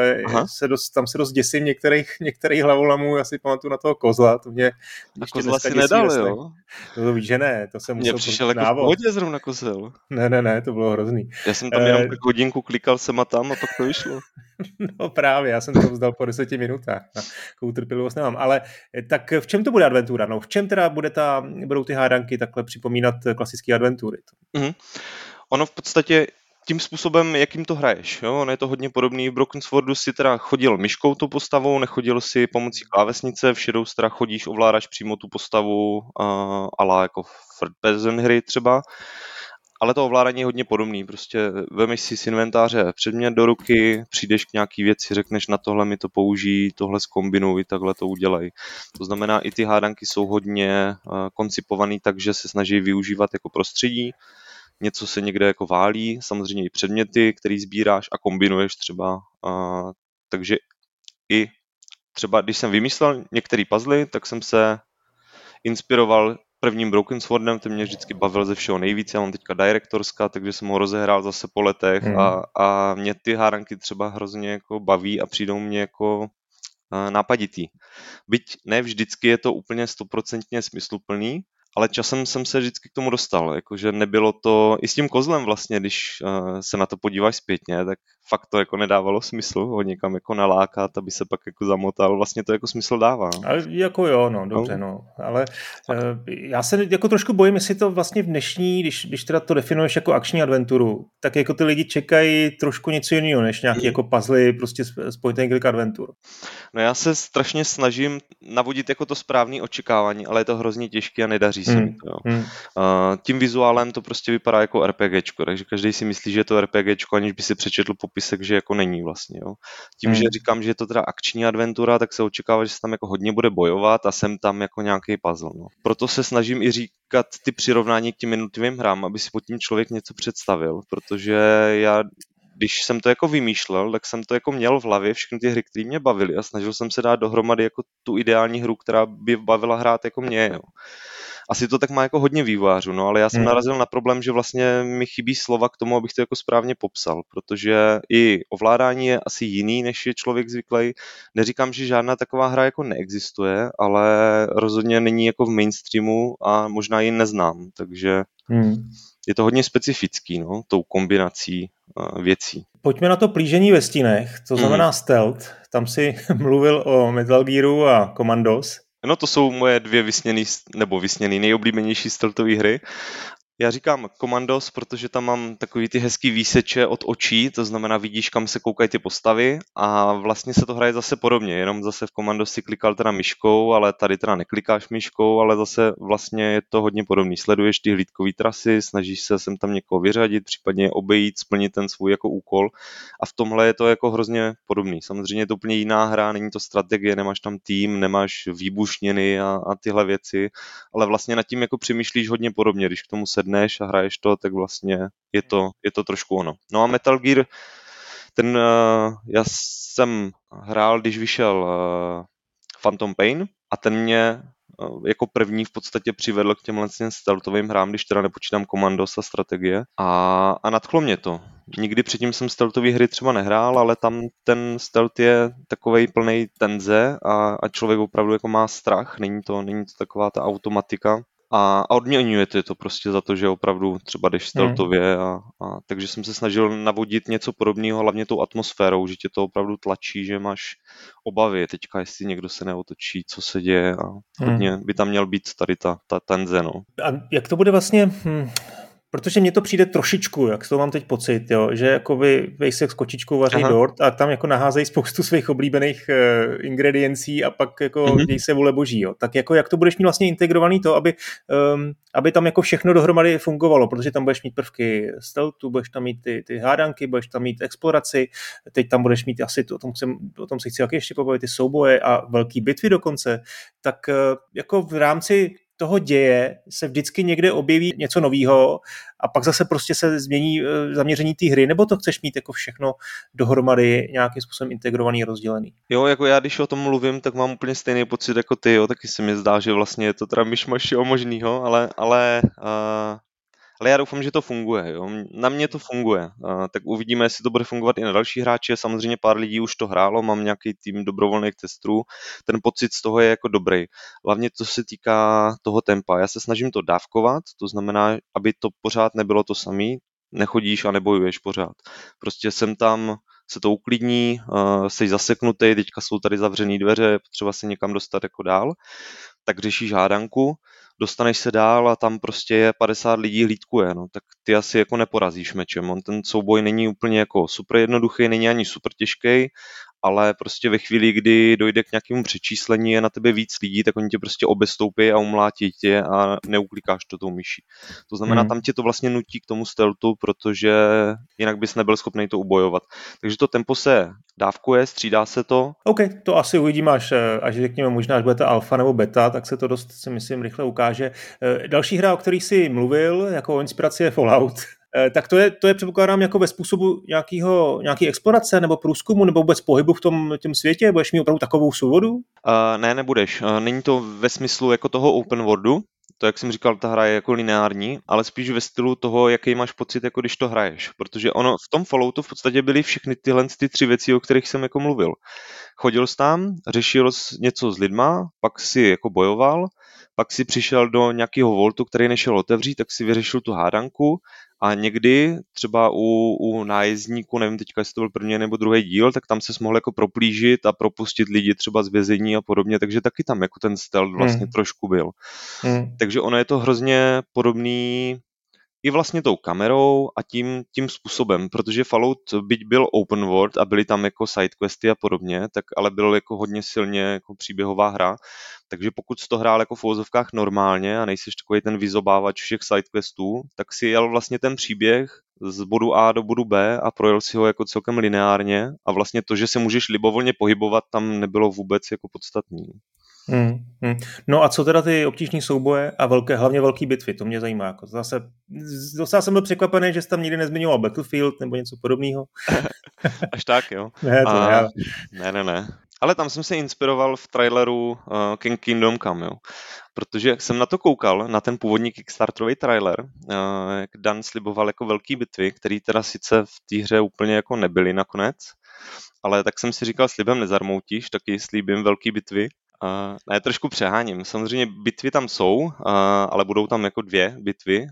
tam se dost děsím některých hlavolamů, já si pamatuju na toho kozla. To mě a kozla si nedal, jo? To víš, že ne, to jsem musel přišel jako v pohodě zrovna kozel. Ne, to bylo hrozný. Já jsem tam jenom tak hodinku klikal sem a tam a pak to vyšlo. No právě, já jsem to vzdal po 10 minutách. Takovou trpělivost nemám. Ale tak v čem to bude adventura? No, v čem teda budou ty hádanky takhle připomínat klasické adventury? Ono v podstatě tím způsobem, jakým to hraješ. Jo? Ono je to hodně podobný. V Broken Swordu si teda chodil myškou tou postavou, nechodil si pomocí klávesnice, v Shadows teda chodíš, ovládáš přímo tu postavu ala jako third person hry třeba. Ale to ovládání je hodně podobný, prostě vemeš si z inventáře předmět do ruky, přijdeš k nějaký věci, řekneš na tohle mi to použij, tohle zkombinuj, takhle to udělej. To znamená, i ty hádanky jsou hodně koncipovaný tak, že se snaží využívat jako prostředí, něco se někde jako válí, samozřejmě i předměty, který sbíráš a kombinuješ třeba, takže i třeba když jsem vymyslel některé puzzle, tak jsem se inspiroval prvním Broken Swordem, ten mě vždycky bavil ze všeho nejvíc, já mám teďka Directorska, takže jsem ho rozehrál zase po letech a mě ty hádanky třeba hrozně jako baví a přijdou mě jako nápaditý. Byť ne vždycky je to úplně 100% smysluplný, ale časem jsem se vždycky k tomu dostal, jakože nebylo to, i s tím kozlem vlastně, když se na to podíváš zpětně, tak fakt to jako nedávalo smysl ho někam jako nalákat, aby se pak jako zamotal, vlastně to jako smysl dává. Ale jako jo, no, dobře, no, ale já se jako trošku bojím, jestli to vlastně v dnešní, když teda to definuješ jako akční adventuru, tak jako ty lidi čekají trošku něco jiného, než nějaký jako puzzle, prostě z point and click adventur. No já se strašně snažím navodit jako to správné očekávání, ale je to hrozně těžké a nedaří se mi to, jo. Tím vizuálem to prostě vypadá jako RPGčko, takže každý si myslí, že je to RPGčko, aniž by si přečetl popisek, že jako není vlastně, jo. Tím, že říkám, že je to teda akční adventura, tak se očekává, že se tam jako hodně bude bojovat a sem tam jako nějaký puzzle, no. Proto se snažím i říkat ty přirovnání k těm jednotlivým hrám, aby si pod tím člověk něco představil, protože já když jsem to jako vymýšlel, tak jsem to jako měl v hlavě všechny ty hry, které mě bavily a snažil jsem se dát dohromady jako tu ideální hru, která by bavila hrát jako mě, jo. Asi to tak má jako hodně vývojářů, no, ale já jsem narazil na problém, že vlastně mi chybí slova k tomu, abych to jako správně popsal, protože i ovládání je asi jiný, než je člověk zvyklý. Neříkám, že žádná taková hra jako neexistuje, ale rozhodně není jako v mainstreamu a možná ji neznám, takže je to hodně specifický, no, tou kombinací věcí. Pojďme na to plížení ve stínech, to znamená stealth. Tam si mluvil o Metal Gearu a Commandos. No to jsou moje dvě vysněný nejoblíbenější stealthové hry. Já říkám Commandos, protože tam mám takový ty hezký výseče od očí, to znamená vidíš, kam se koukají ty postavy a vlastně se to hraje zase podobně, jenom zase v Commandos si klikal teda myškou, ale tady teda neklikáš myškou, ale zase vlastně je to hodně podobný. Sleduješ ty hlídkové trasy, snažíš se sem tam někoho vyřadit, případně obejít, splnit ten svůj jako úkol a v tomhle je to jako hrozně podobný. Samozřejmě je to úplně jiná hra, není to strategie, nemáš tam tým, nemáš výbušniny a tyhle věci, ale vlastně nad tím jako přemýšlíš hodně podobně, když k tomu sedneš a hraješ to, tak vlastně je to trošku ono. No a Metal Gear, ten já jsem hrál, když vyšel Phantom Pain a ten mě jako první v podstatě přivedl k těmhle stealthovým hrám, když teda nepočítám Commandos a strategie a nadchlo mě to. Nikdy předtím jsem stealthové hry třeba nehrál, ale tam ten stealth je takovej plnej tenze a člověk opravdu jako má strach, není to taková ta automatika. A odměňujete to prostě za to, že opravdu třeba jdeš stealthově takže jsem se snažil navodit něco podobného, hlavně tou atmosférou, že tě to opravdu tlačí, že máš obavy teďka, jestli někdo se neotočí, co se děje a hodně by tam měl být tady ta tenze, no. A jak to bude vlastně... Protože mně to přijde trošičku, jak z toho mám teď pocit, jo, že jakoby vejsek s kočičkou vaří dort a tam jako naházejí spoustu svých oblíbených ingrediencí a pak jako děj se vůle boží. Jo. Tak jako jak to budeš mít vlastně integrovaný to, aby tam jako všechno dohromady fungovalo, protože tam budeš mít prvky stealthu, budeš tam mít ty hádanky, budeš tam mít exploraci, teď tam budeš mít asi o tom si chci ještě pobavit, ty souboje a velký bitvy dokonce, tak jako v rámci toho děje se vždycky někde objeví něco novýho a pak zase prostě se změní zaměření té hry, nebo to chceš mít jako všechno dohromady nějakým způsobem integrovaný, rozdělený? Jo, jako já, když o tom mluvím, tak mám úplně stejný pocit jako ty, jo, taky se mi zdá, že vlastně je to teda myšmaš možnýho, ale já doufám, že to funguje, jo. Na mě to funguje, tak uvidíme, jestli to bude fungovat i na další hráče, samozřejmě pár lidí už to hrálo, mám nějaký tým dobrovolných testů, ten pocit z toho je jako dobrý, hlavně to se týká toho tempa, já se snažím to dávkovat, to znamená, aby to pořád nebylo to samý, nechodíš a nebojuješ pořád, prostě sem tam se to uklidní, jsi zaseknutý, teďka jsou tady zavřený dveře, potřeba se někam dostat jako dál, tak řešíš hádanku, dostaneš se dál a tam prostě je 50 lidí hlídkuje, no, tak ty asi jako neporazíš mečem. On ten souboj není úplně jako super jednoduchý, není ani super těžký, ale prostě ve chvíli, kdy dojde k nějakému přečíslení, je na tebe víc lidí, tak oni tě prostě obestoupí a umlátí tě a neuklikáš to tou myší. To znamená, tam tě to vlastně nutí k tomu stealthu, protože jinak bys nebyl schopný to ubojovat. Takže to tempo se dávkuje, střídá se to. OK, to asi uvidíme, až řekněme možná, až bude ta alfa nebo beta, tak se to dost, si myslím, rychle ukáže. Další hra, o který jsi mluvil, jako o inspiraci je Fallout. Tak to je předpokládám jako ve způsobu nějaký explorace nebo průzkumu nebo vůbec pohybu v tom světě? Budeš mít opravdu takovou svobodu? Ne, nebudeš. Není to ve smyslu jako toho open worldu, to, jak jsem říkal, ta hra je jako lineární, ale spíš ve stylu toho, jaký máš pocit, jako když to hraješ. Protože ono v tom Falloutu v podstatě byly všechny tyhle ty 3 věci, o kterých jsem jako mluvil. Chodil jsi tam, řešil jsi něco s lidma, pak si jako bojoval, pak si přišel do nějakého voltu, který nešel otevřít, tak si vyřešil tu hádanku a někdy třeba u nájezdníku, nevím teďka, jestli to byl první nebo druhý díl, tak tam se mohl jako proplížit a propustit lidi třeba z vězení a podobně, takže taky tam jako ten stealth vlastně trošku byl. Takže ono je to hrozně podobný i vlastně tou kamerou a tím způsobem, protože Fallout, byť byl open world a byly tam jako sidequesty a podobně, tak ale byl jako hodně silně jako příběhová hra, takže pokud jsi to hrál jako v uvozovkách normálně a nejsiš takový ten vyzobávač všech sidequestů, tak si jel vlastně ten příběh z bodu A do bodu B a projel si ho jako celkem lineárně a vlastně to, že se můžeš libovolně pohybovat, tam nebylo vůbec jako podstatný. No a co teda ty obtížné souboje a hlavně velké bitvy, to mě zajímá. Jako docela jsem byl překvapený, že jsi tam nikdy nezmiňoval Battlefield nebo něco podobného. Až tak, jo? Ne. Ale tam jsem se inspiroval v traileru Kingdom Come, jo? Protože jsem na to koukal, na ten původní Kickstarterový trailer, jak Dan sliboval jako velký bitvy, které teda sice v té hře úplně jako nebyly nakonec, ale tak jsem si říkal, slibem nezarmoutíš, taky slíbím velký bitvy. Ne, trošku přeháním. Samozřejmě bitvy tam jsou, ale budou tam jako 2 bitvy.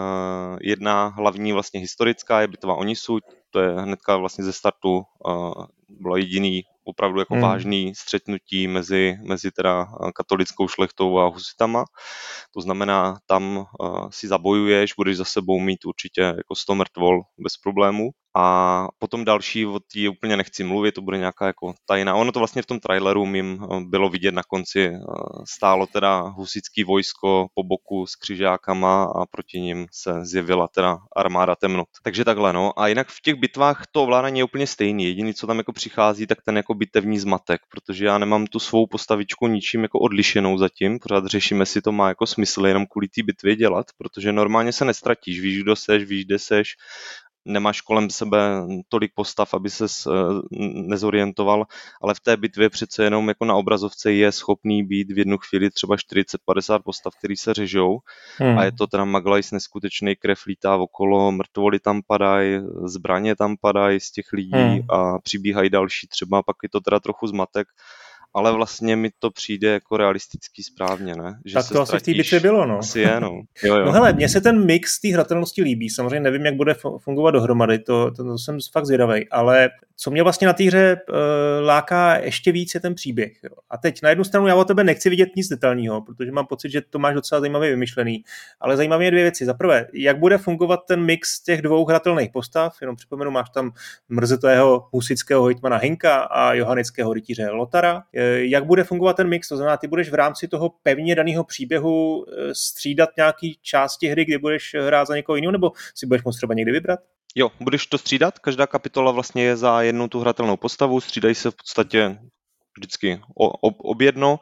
Jedna hlavní vlastně historická je bitva o Nisu, to je hnedka vlastně ze startu bylo jediný opravdu jako vážný střetnutí mezi teda katolickou šlechtou a husitama. To znamená, tam si zabojuješ, budeš za sebou mít určitě jako 100 mrtvol bez problémů. A potom další, o té úplně nechci mluvit, to bude nějaká jako tajná. Ono to vlastně v tom traileru mým bylo vidět na konci. Stálo teda husitský vojsko po boku s křižákama a proti nim se zjevila teda armáda temnot. Takže takhle, no. A jinak v těch bitvách to ovládání je úplně stejný. Jediný, co tam jako přichází, tak ten jako bitevní zmatek, protože já nemám tu svou postavičku ničím jako odlišenou zatím. Pořád řešíme, jestli to má jako smysl jenom kvůli té bitvě dělat, protože normálně se nestratíš. Víš, kdo seš, víš, kde seš. Nemáš kolem sebe tolik postav, aby ses nezorientoval, ale v té bitvě přece jenom jako na obrazovce je schopný být v jednu chvíli třeba 40-50 postav, který se řežou a je to teda maglajs neskutečný, krev lítá okolo, mrtvoly tam padají, zbraně tam padají z těch lidí a přibíhají další třeba, pak je to teda trochu zmatek, ale vlastně mi to přijde jako realistický správně, ne? Že tak to asi v té bitvě bylo, no. Asi je, no. Jo. No hele, mně se ten mix té hratelnosti líbí, samozřejmě nevím, jak bude fungovat dohromady, to jsem fakt zvědavej, ale co mě vlastně na té hře láká ještě víc je ten příběh. Jo. A teď na jednu stranu já o tebe nechci vidět nic detailního, protože mám pocit, že to máš docela zajímavě vymyšlený, ale zajímavé je 2 věci. Za prvé, jak bude fungovat ten mix těch 2 hratelných postav, jenom připomenu, máš tam mrzetého husitského hejtmana Henka a johanického rytíře Lotara. Jak bude fungovat ten mix, to znamená, ty budeš v rámci toho pevně daného příběhu střídat nějaký části hry, kdy budeš hrát za někoho jiného, nebo si budeš moct třeba někdy vybrat? Jo, budeš to střídat, každá kapitola vlastně je za jednu tu hratelnou postavu, střídají se v podstatě vždycky objedno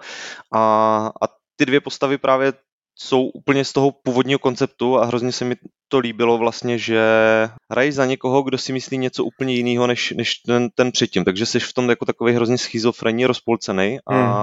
a ty 2 postavy právě jsou úplně z toho původního konceptu a hrozně se mi to líbilo vlastně, že hraješ za někoho, kdo si myslí něco úplně jiného než ten předtím, takže jsi v tom jako takový hrozně schizofrenní, rozpolcený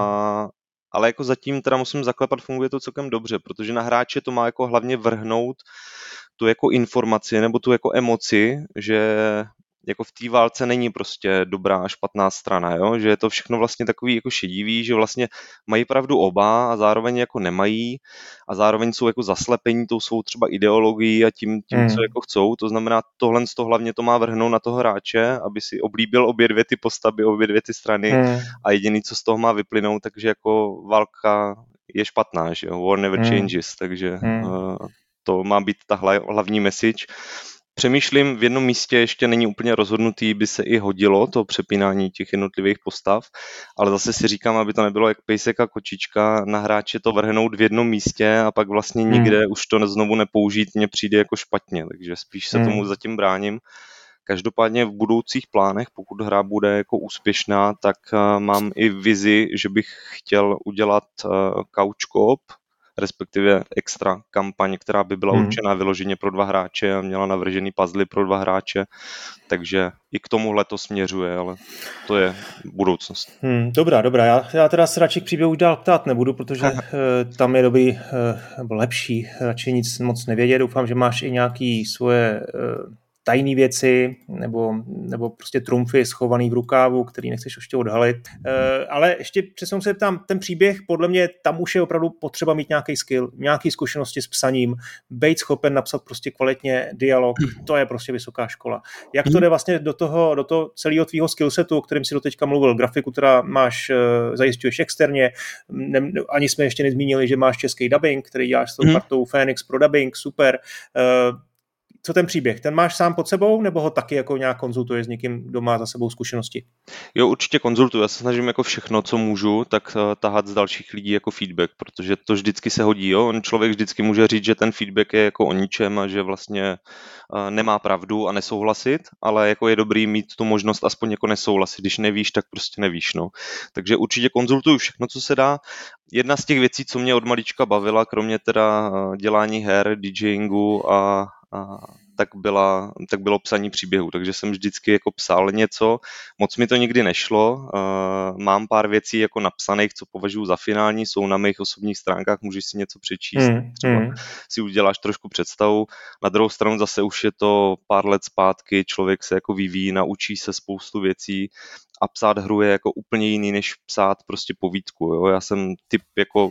ale jako zatím teda musím zaklepat, funguje to celkem dobře, protože na hráče to má jako hlavně vrhnout tu jako informaci nebo tu jako emoci, že jako v té válce není prostě dobrá a špatná strana, jo? Že je to všechno vlastně takový jako šedivý, že vlastně mají pravdu oba a zároveň jako nemají a zároveň jsou jako zaslepení tou svou třeba ideologií a tím co jako chcou, to znamená tohle z toho hlavně to má vrhnout na toho hráče, aby si oblíbil obě 2 ty postavy, obě 2 ty strany a jediný, co z toho má vyplynout, takže jako válka je špatná, že jo? War never changes, takže to má být ta hlavní message. Přemýšlím, v jednom místě ještě není úplně rozhodnutý, by se i hodilo to přepínání těch jednotlivých postav, ale zase si říkám, aby to nebylo jak pejsek a kočička, na hráče to vrhnout v jednom místě a pak vlastně nikde už to znovu nepoužít, mně přijde jako špatně, takže spíš se tomu zatím bráním. Každopádně v budoucích plánech, pokud hra bude jako úspěšná, tak mám i vizi, že bych chtěl udělat couch co-op respektive extra kampaň, která by byla určená vyloženě pro 2 hráče a měla navržený puzzle pro 2 hráče, takže i k tomuhle to směřuje, ale to je budoucnost. Dobrá. Já teda se radši k příběhu dál ptát nebudu, protože tam je dobrý, nebo lepší, radši nic moc nevědět. Doufám, že máš i nějaký svoje tajné věci nebo prostě trumfy schovaný v rukávu, který nechceš ještě odhalit. Ale ještě přesně se ptám, ten příběh, podle mě tam už je opravdu potřeba mít nějaký skill, nějaký zkušenosti s psaním, být schopen napsat prostě kvalitně dialog, to je prostě vysoká škola. Jak to jde vlastně do toho celého tvýho skillsetu, o kterém si doteďka mluvil, grafiku, která máš, zajišťuješ externě, ani jsme ještě nezmínili, že máš český dubbing, který děláš s tou partou Phoenix pro dubbing, super. Co ten příběh? Ten máš sám pod sebou, nebo ho taky jako nějak konzultuješ s někým, kdo má za sebou zkušenosti? Jo, určitě konzultuju. Já se snažím jako všechno, co můžu, tak tahat z dalších lidí jako feedback, protože to vždycky se hodí. Jo? Člověk vždycky může říct, že ten feedback je jako o ničem a že vlastně nemá pravdu a nesouhlasit, ale jako je dobrý mít tu možnost aspoň jako nesouhlasit. Když nevíš, tak prostě nevíš. No. Takže určitě konzultuju všechno, co se dá. Jedna z těch věcí, co mě od malička bavila, kromě teda dělání her, DJingu tak bylo psaní příběhů, takže jsem vždycky jako psal něco, moc mi to nikdy nešlo, mám pár věcí jako napsaných, co považuji za finální, jsou na mých osobních stránkách, můžeš si něco přečíst, třeba si uděláš trošku představu, na druhou stranu zase už je to pár let zpátky, člověk se jako vyvíjí, naučí se spoustu věcí a psát hru je jako úplně jiný, než psát prostě povídku, jo? Já jsem typ jako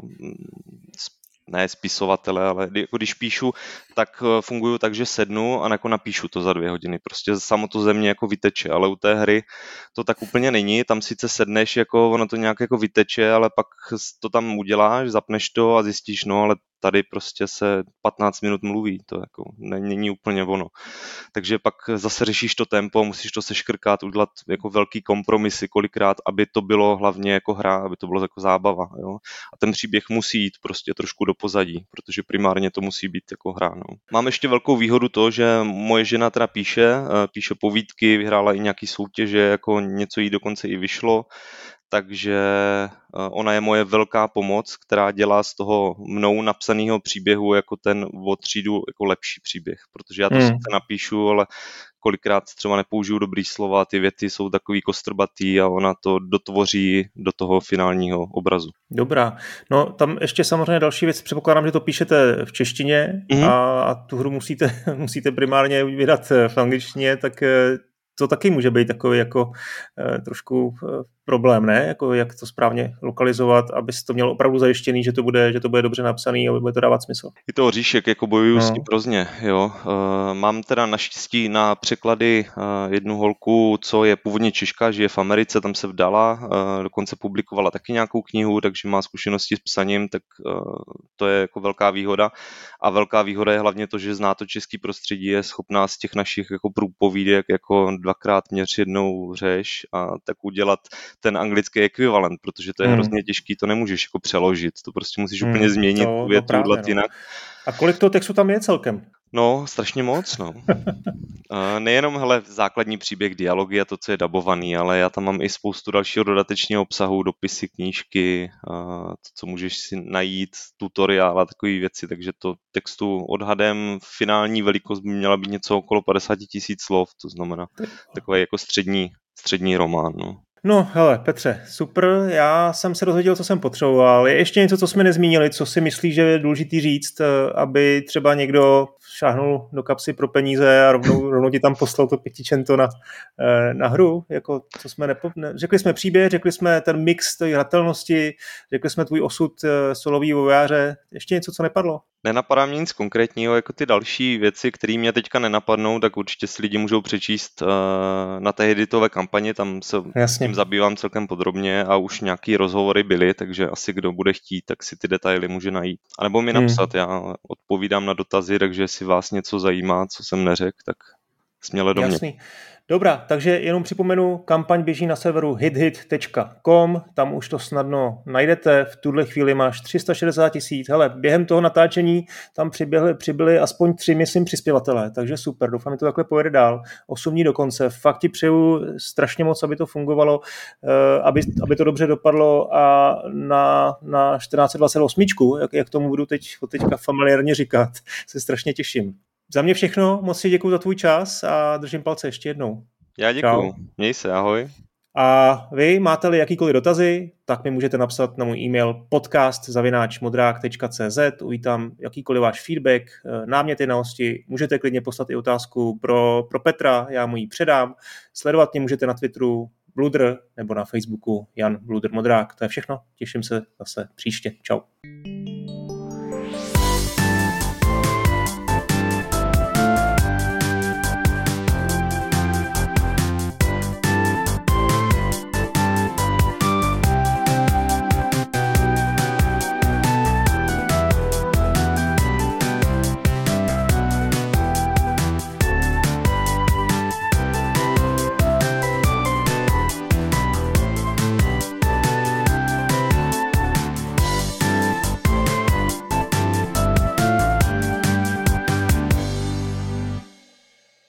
ne spisovatele, ale když píšu, tak funguju tak, že sednu a jako napíšu to za 2 hodiny. Prostě samo to ze mě jako vyteče, ale u té hry to tak úplně není. Tam sice sedneš, jako ono to nějak jako vyteče, ale pak to tam uděláš, zapneš to a zjistíš, no ale tady prostě se 15 minut mluví, to jako není úplně ono. Takže pak zase řešíš to tempo, musíš to seškrkat, udělat jako velký kompromisy kolikrát, aby to bylo hlavně jako hra, aby to bylo jako zábava. Jo? A ten příběh musí jít prostě trošku do pozadí, protože primárně to musí být jako hra. No. Mám ještě velkou výhodu to, že moje žena teda píše povídky, vyhrála i nějaký soutěže, jako něco jí dokonce i vyšlo, takže ona je moje velká pomoc, která dělá z toho mnou napsaného příběhu jako ten o třídu jako lepší příběh, protože já to sice napíšu, ale kolikrát třeba nepoužiju dobrý slova, ty věty jsou takový kostrbatý a ona to dotvoří do toho finálního obrazu. Dobrá. No tam ještě samozřejmě další věc, předpokládám, že to píšete v češtině a tu hru musíte primárně vydat v angličtině, tak to taky může být takový jako trošku problém, ne? Jako jak to správně lokalizovat, aby to mělo opravdu zajištěný, že to bude dobře napsaný a bude to dávat smysl. Je to oříšek, jako bojuju s tím hrozně, jo. Mám teda naštěstí na překlady jednu holku, co je původně Češka, žije v Americe, tam se vdala, dokonce publikovala taky nějakou knihu, takže má zkušenosti s psaním, tak to je jako velká výhoda. A velká výhoda je hlavně to, že zná to český prostředí, je schopná z těch našich jako průpovídek jako 2x měř, jednou řeš a tak udělat ten anglický ekvivalent, protože to je hrozně těžký, to nemůžeš jako přeložit, to prostě musíš úplně změnit tu větu, udělat jinak. A kolik toho textu tam je celkem? No, strašně moc, no. Nejenom, základní příběh, dialogy a to, co je dabovaný, ale já tam mám i spoustu dalšího dodatečného obsahu, dopisy, knížky, to, co můžeš si najít, tutoriál a takové věci, takže to textu odhadem finální velikost by měla být něco okolo 50 000 slov, to znamená takový jako střední román, no. No, hele, Petře, super, já jsem se dozvěděl, co jsem potřeboval. Je ještě něco, co jsme nezmínili, co si myslíš, že je důležitý říct, aby třeba někdo šáhnul do kapsy pro peníze a rovnou ti tam poslal to 500 na hru? Jako, co jsme řekli jsme příběh, řekli jsme ten mix té hratelnosti, řekli jsme tvůj osud solový vojáře. Ještě něco, co nepadlo? Nenapadá mě nic konkrétního, jako ty další věci, které mě teďka nenapadnou, tak určitě si lidi můžou přečíst na té editové kampani, tam se tím zabývám celkem podrobně a už nějaký rozhovory byly, takže asi kdo bude chtít, tak si ty detaily může najít. A nebo mi napsat, já odpovídám na dotazy, takže jestli vás něco zajímá, co jsem neřekl, tak směle do mě. Jasný. Dobrá, takže jenom připomenu, kampaň běží na serveru hithit.com, tam už to snadno najdete, v tuhle chvíli máš 360 000, hele, během toho natáčení tam přibyli aspoň 3, myslím, přispěvatelé, takže super, doufám, že to takhle pojede dál, 8 dní do konce, fakt ti přeju strašně moc, aby to fungovalo, aby to dobře dopadlo a na 1428, jak tomu budu teďka familiárně říkat, se strašně těším. Za mě všechno, moc si děkuju za tvůj čas a držím palce ještě jednou. Já děkuju. Měj se, ahoj. A vy máte-li jakýkoliv dotazy, tak mi můžete napsat na můj e-mail podcast@modrák.cz, uvítám jakýkoliv váš feedback, náměty na hosti, můžete klidně poslat i otázku pro Petra, já mu ji předám, sledovat mě můžete na Twitteru Bludr nebo na Facebooku Jan Bludr Modrák, to je všechno, těším se zase příště, čau.